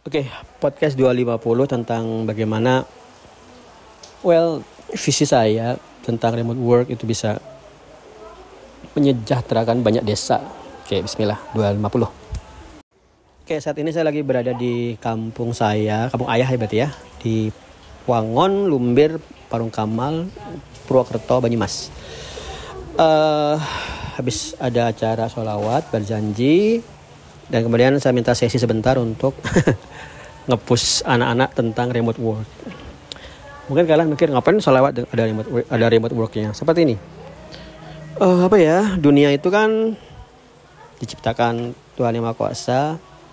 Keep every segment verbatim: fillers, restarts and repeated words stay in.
Oke, podcast dua ratus lima puluh tentang bagaimana well visi saya tentang remote work itu bisa menyejahterakan banyak desa. Oke, bismillah, dua ratus lima puluh. Oke, saat ini saya lagi berada di kampung saya, kampung ayah ya berarti ya, di Wangon, Lumbir, Parung Kamal, Purwokerto, Banyumas. Uh, habis ada acara sholawat, berjanji, dan kemudian saya minta sesi sebentar untuk nge-push anak-anak tentang remote work. Mungkin kalian mikir ngapain sholawat ada remote work, ada remote worknya seperti ini. Uh, apa ya, dunia itu kan diciptakan Tuhan Yang Maha Kuasa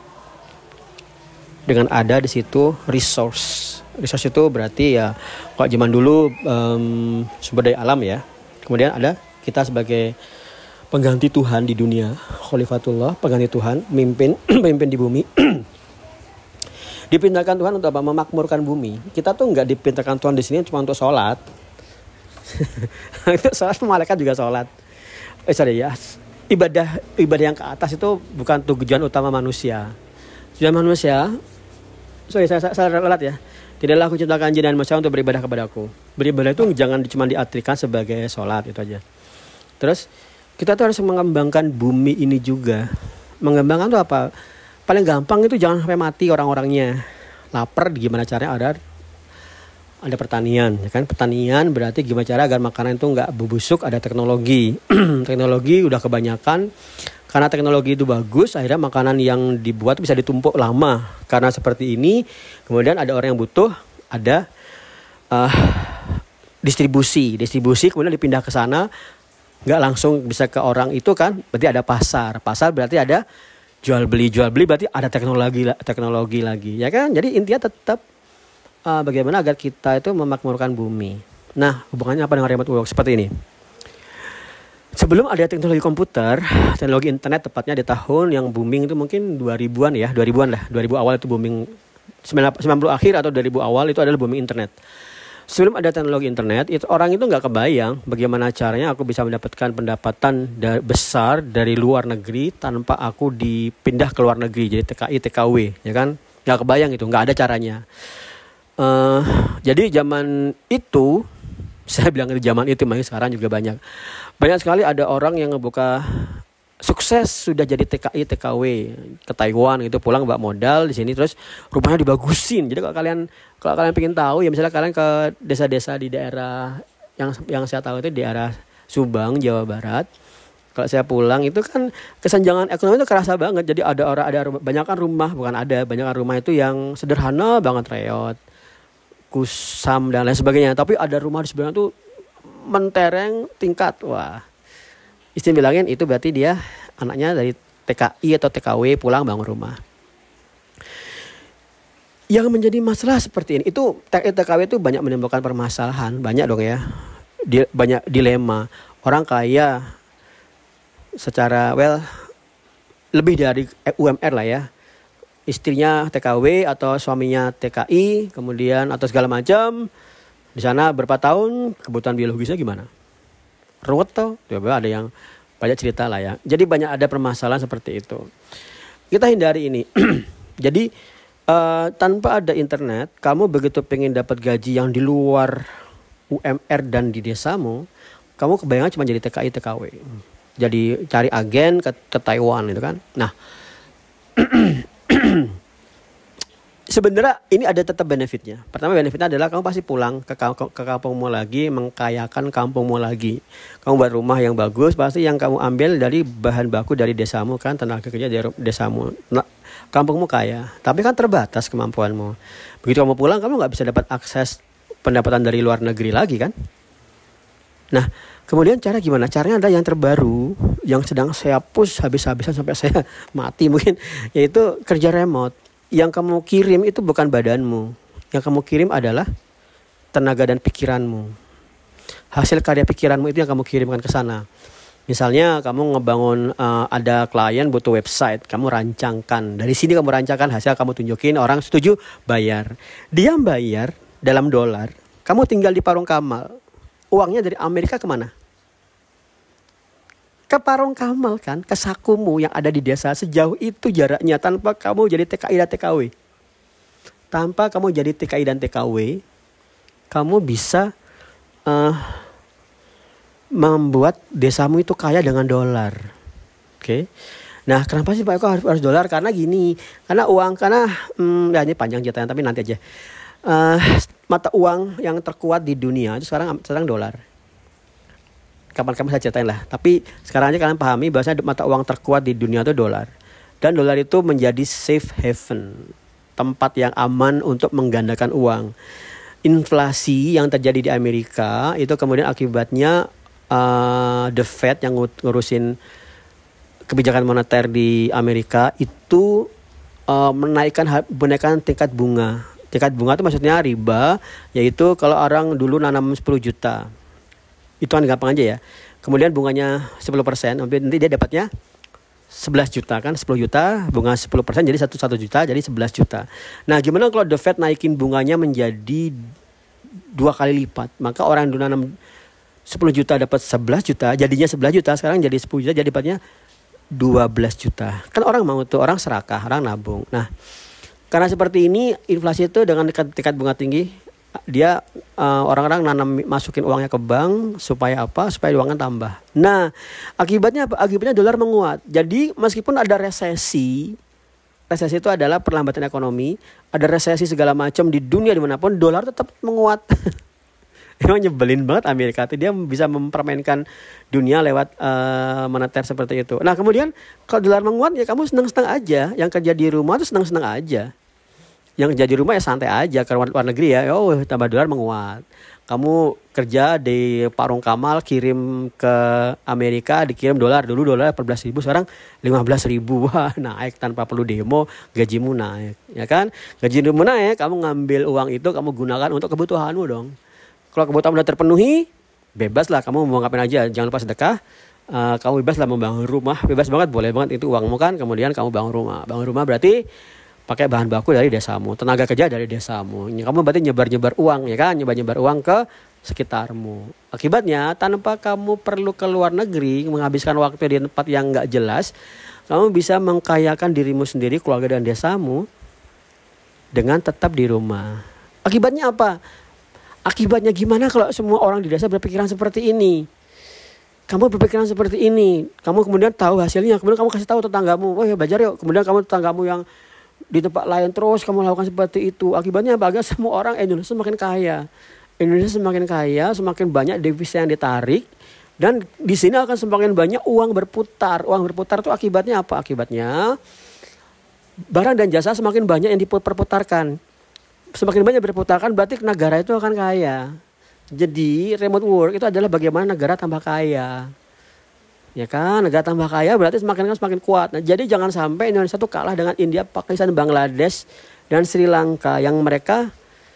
dengan ada di situ resource. Resource itu berarti ya kalau zaman dulu um, sumber daya alam ya. Kemudian ada kita sebagai pengganti Tuhan di dunia, Khalifatullah, pengganti Tuhan, pemimpin, pemimpin di bumi. Dipindahkan Tuhan untuk apa? Memakmurkan bumi. Kita tuh nggak dipindahkan Tuhan di sini cuma untuk sholat. Itu sholat, malaikat juga sholat. Eh sorry ya, ibadah ibadah yang ke atas itu bukan tujuan utama manusia. Tujuan manusia, sorry saya saya relat ya. Tidaklah aku ciptakan jin dan manusia untuk beribadah kepadaku. Beribadah itu jangan cuma diartikan sebagai sholat itu aja. Terus kita tuh harus mengembangkan bumi ini juga. Mengembangkan tuh apa? Paling gampang itu jangan sampai mati orang-orangnya. Lapar gimana caranya ada ada pertanian, ya kan? Pertanian berarti gimana cara agar makanan itu nggak busuk, ada teknologi. Teknologi udah kebanyakan. Karena teknologi itu bagus, akhirnya makanan yang dibuat bisa ditumpuk lama. Karena seperti ini, kemudian ada orang yang butuh, ada uh, distribusi, distribusi kemudian dipindah ke sana. Nggak langsung bisa ke orang itu kan, berarti ada pasar. Pasar berarti ada jual beli, jual beli berarti ada teknologi teknologi lagi, ya kan? Jadi intinya tetap uh, bagaimana agar kita itu memakmurkan bumi. Nah, hubungannya apa dengan remote work seperti ini? Sebelum ada teknologi komputer, teknologi internet tepatnya di tahun yang booming itu mungkin dua ribuan ya, dua ribuan lah, dua ribu awal itu booming, sembilan puluh akhir atau dua ribu awal itu adalah booming internet. Sebelum ada teknologi internet, itu orang itu nggak kebayang bagaimana caranya aku bisa mendapatkan pendapatan da- besar dari luar negeri tanpa aku dipindah ke luar negeri, jadi T K I, T K W, ya kan? Nggak kebayang itu, nggak ada caranya. Uh, jadi zaman itu, saya bilang itu zaman itu, makanya sekarang juga banyak. Banyak sekali ada orang yang ngebuka sukses sudah jadi T K I, T K W ke Taiwan gitu, pulang bawa modal di sini terus rumahnya dibagusin. Jadi kalau kalian kalau kalian pengen tahu ya misalnya kalian ke desa-desa di daerah yang yang saya tahu itu di daerah Subang, Jawa Barat. Kalau saya pulang itu kan kesenjangan ekonomi itu kerasa banget. Jadi ada orang ada banyak kan rumah bukan ada banyak kan rumah itu yang sederhana banget, reot, kusam dan lain sebagainya. Tapi ada rumah di sebelah itu mentereng tingkat, wah. Istri bilangin itu berarti dia anaknya dari T K I atau T K W pulang bangun rumah. Yang menjadi masalah seperti ini, itu T K I T K W itu banyak menimbulkan permasalahan, banyak dong ya. Di, banyak dilema. Orang kaya secara well lebih dari U M R lah ya. Istrinya T K W atau suaminya T K I, kemudian atau segala macam. Di sana berapa tahun kebutuhan biologisnya gimana? Ruwet tuh, coba ada yang banyak cerita lah ya. Jadi banyak ada permasalahan seperti itu. Kita hindari ini. Jadi uh, tanpa ada internet, kamu begitu pengen dapat gaji yang di luar U M R dan di desamu, kamu kebayangan cuma jadi T K I, T K W. Jadi cari agen ke, ke Taiwan gitu kan. Nah, sebenarnya ini ada tetap benefitnya. Pertama benefitnya adalah kamu pasti pulang ke, ke kampungmu lagi, mengkayakan kampungmu lagi. Kamu buat rumah yang bagus, pasti yang kamu ambil dari bahan baku dari desamu kan, tenaga kerja dari desamu. Nah, kampungmu kaya, tapi kan terbatas kemampuanmu. Begitu kamu pulang, kamu nggak bisa dapat akses pendapatan dari luar negeri lagi kan. Nah, kemudian cara gimana? Caranya ada yang terbaru, yang sedang saya push habis-habisan sampai saya mati mungkin, yaitu kerja remote. Yang kamu kirim itu bukan badanmu. Yang kamu kirim adalah tenaga dan pikiranmu. Hasil karya pikiranmu itu yang kamu kirimkan ke sana. Misalnya kamu ngebangun uh, ada klien butuh website, kamu rancangkan. Dari sini kamu rancangkan, hasil kamu tunjukin, orang setuju, bayar. Dia bayar dalam dolar. Kamu tinggal di Parung Kamal. Uangnya dari Amerika kemana? ke Parung Kamal kan, ke sakumu yang ada di desa, sejauh itu jaraknya tanpa kamu jadi T K I dan T K W. tanpa kamu jadi T K I dan T K W, kamu bisa uh, membuat desamu itu kaya dengan dolar. Oke. Okay? Nah, kenapa sih Pak Eko harus, harus dolar? Karena gini, karena uang, karena hmm, ya ini panjang ceritanya tapi nanti aja. Uh, mata uang yang terkuat di dunia itu sekarang sekarang dolar. Kapan-kapan saya ceritain lah. Tapi sekarang aja kalian pahami bahwasanya mata uang terkuat di dunia itu dolar. Dan dolar itu menjadi safe haven, tempat yang aman untuk menggandakan uang. Inflasi yang terjadi di Amerika itu kemudian akibatnya uh, the Fed yang ngurusin kebijakan moneter di Amerika itu uh, menaikkan menaikkan tingkat bunga. Tingkat bunga itu maksudnya riba, yaitu kalau orang dulu nanam sepuluh juta. Itu kan gampang aja ya. Kemudian bunganya sepuluh persen, nanti dia dapatnya sebelas juta kan, sepuluh juta, bunga sepuluh persen jadi satu juta, jadi sebelas juta. Nah, gimana kalau The Fed naikin bunganya menjadi dua kali lipat? Maka orang yang dulu nanam sepuluh juta dapat sebelas juta, jadinya sebelas juta, sekarang jadi sepuluh juta, jadi dapatnya dua belas juta. Kan orang mau tuh, orang serakah, orang nabung. Nah, karena seperti ini inflasi itu dengan tingkat bunga tinggi, dia uh, orang-orang nanam masukin uangnya ke bank supaya apa? Supaya uangnya tambah. Nah, akibatnya apa? Akibatnya dolar menguat. Jadi meskipun ada resesi, resesi itu adalah perlambatan ekonomi, ada resesi segala macam di dunia dimanapun, dolar tetap menguat. Emang nyebelin banget Amerika itu, dia bisa mempermainkan dunia lewat uh, moneter seperti itu. Nah kemudian kalau dolar menguat ya kamu senang-senang aja. Yang kerja di rumah tuh senang-senang aja. Yang kerja di rumah ya santai aja. Karena luar negeri ya, oh tambah dolar menguat. Kamu kerja di Parung Kamal kirim ke Amerika, dikirim dolar. Dulu dolar empat belas ribu, sekarang lima belas ribu. Wah, naik tanpa perlu demo, gajimu naik. Ya kan? Gajimu naik, kamu ngambil uang itu kamu gunakan untuk kebutuhanmu dong. Kalau kebutuhan udah terpenuhi, bebas lah kamu mau ngapain aja. Jangan lupa sedekah. Uh, kamu bebas lah membangun rumah, bebas banget, boleh banget, itu uangmu kan. Kemudian kamu bangun rumah. Bangun rumah berarti pakai bahan baku dari desamu, tenaga kerja dari desamu. Kamu berarti nyebar-nyebar uang, ya kan? Nyebar-nyebar uang ke sekitarmu. Akibatnya tanpa kamu perlu ke luar negeri menghabiskan waktu di tempat yang nggak jelas, kamu bisa mengkayakan dirimu sendiri, keluarga dan desamu dengan tetap di rumah. Akibatnya apa? Akibatnya gimana kalau semua orang di desa berpikiran seperti ini? Kamu berpikiran seperti ini, kamu kemudian tahu hasilnya, kemudian kamu kasih tahu tetanggamu, oh ya belajar yuk. Kemudian kamu tetanggamu yang di tempat lain terus kamu lakukan seperti itu. Akibatnya apa? Agar semua orang Indonesia semakin kaya. Indonesia semakin kaya, semakin banyak devisa yang ditarik, dan di sini akan semakin banyak uang berputar. Uang berputar itu akibatnya apa? Akibatnya barang dan jasa semakin banyak yang diperputarkan. Semakin banyak berputarkan berarti negara itu akan kaya. Jadi remote work itu adalah bagaimana negara tambah kaya. Ya kan, negara tambah kaya berarti semakin kan semakin kuat. Nah, jadi jangan sampai Indonesia itu kalah dengan India, Pakistan, Bangladesh dan Sri Lanka yang mereka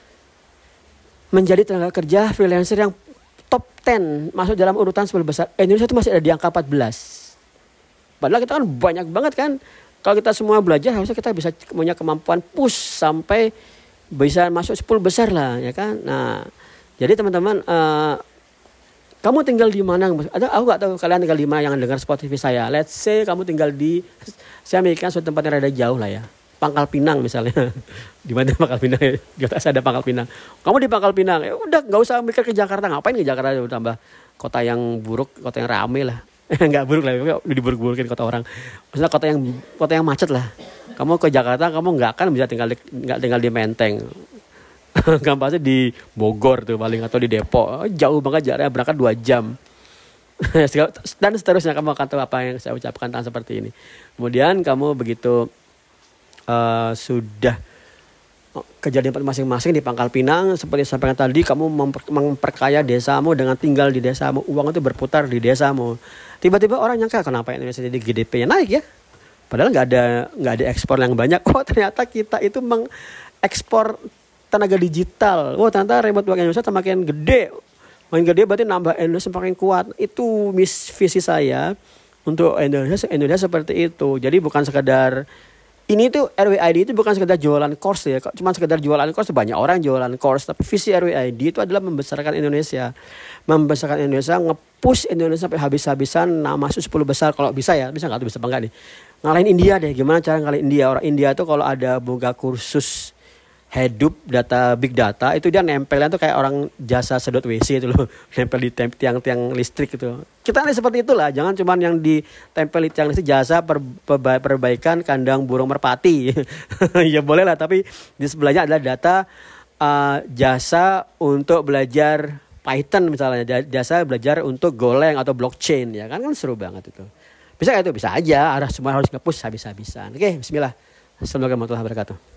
menjadi tenaga kerja freelancer yang top sepuluh masuk dalam urutan sepuluh besar. Indonesia itu masih ada di angka empat belas. Padahal kita kan banyak banget kan. Kalau kita semua belajar harusnya kita bisa punya kemampuan push sampai bisa masuk sepuluh besar lah, ya kan. Nah, jadi teman-teman, uh, kamu tinggal di mana? Ada, aku nggak tahu kalian tinggal di mana yang dengar Spotify saya. Let's say kamu tinggal di, saya mikirkan suatu tempat yang rada jauh lah ya, Pangkal Pinang misalnya. Di mana Pangkal Pinang? Di atas ada Pangkal Pinang. Kamu di Pangkal Pinang, ya udah nggak usah mikir ke Jakarta. Ngapain ke Jakarta? Tambah kota yang buruk, kota yang rame lah. Nggak buruk lah, diburuk-burukin kota orang. Maksudnya kota yang kota yang macet lah. Kamu ke Jakarta, kamu nggak akan bisa tinggal di, nggak tinggal di Menteng. Kampusnya di Bogor tuh paling, atau di Depok. Jauh banget jaraknya, berangkat dua jam. Dan seterusnya kamu akan tahu apa yang saya ucapkan tentang seperti ini. Kemudian kamu begitu uh, sudah kerja di tempat masing-masing di Pangkal Pinang, seperti saya sampaikan tadi, kamu memper, memperkaya desamu dengan tinggal di desamu, uang itu berputar di desamu. Tiba-tiba orang nyangka kenapa Indonesia jadi G D P-nya naik ya? Padahal nggak ada nggak ada ekspor yang banyak. Oh ternyata kita itu mengekspor tenaga digital. Oh ternyata remote work Indonesia semakin gede, makin gede berarti nambah Indonesia semakin kuat. Itu mis visi saya untuk Indonesia Indonesia seperti itu. Jadi bukan sekedar ini tuh R W I D itu bukan sekedar jualan course ya. Cuma sekedar jualan course, banyak orang jualan course. Tapi visi R W I D itu adalah membesarkan Indonesia. Membesarkan Indonesia, nge-push Indonesia sampai habis-habisan, nah masuk sepuluh besar kalau bisa ya. Bisa nggak tuh, bisa apa enggak nih? Ngalahin India deh. Gimana cara ngalahin India? Orang India tuh kalau ada buka kursus Hadoop data big data itu dia nempelnya tuh kayak orang jasa sedot W C itu loh, nempel di tem- tiang-tiang listrik itu. Kita nih seperti itulah, jangan cuman yang ditempel di tiang listrik jasa per- perba- perbaikan kandang burung merpati. Ya boleh lah, tapi di sebelahnya adalah data uh, jasa untuk belajar Python misalnya, jasa belajar untuk Golang atau blockchain, ya kan, kan seru banget itu. Bisa gak itu? Bisa aja, harus semua harus nge-push habis-habisan. Oke, bismillah. Assalamualaikum warahmatullahi wabarakatuh.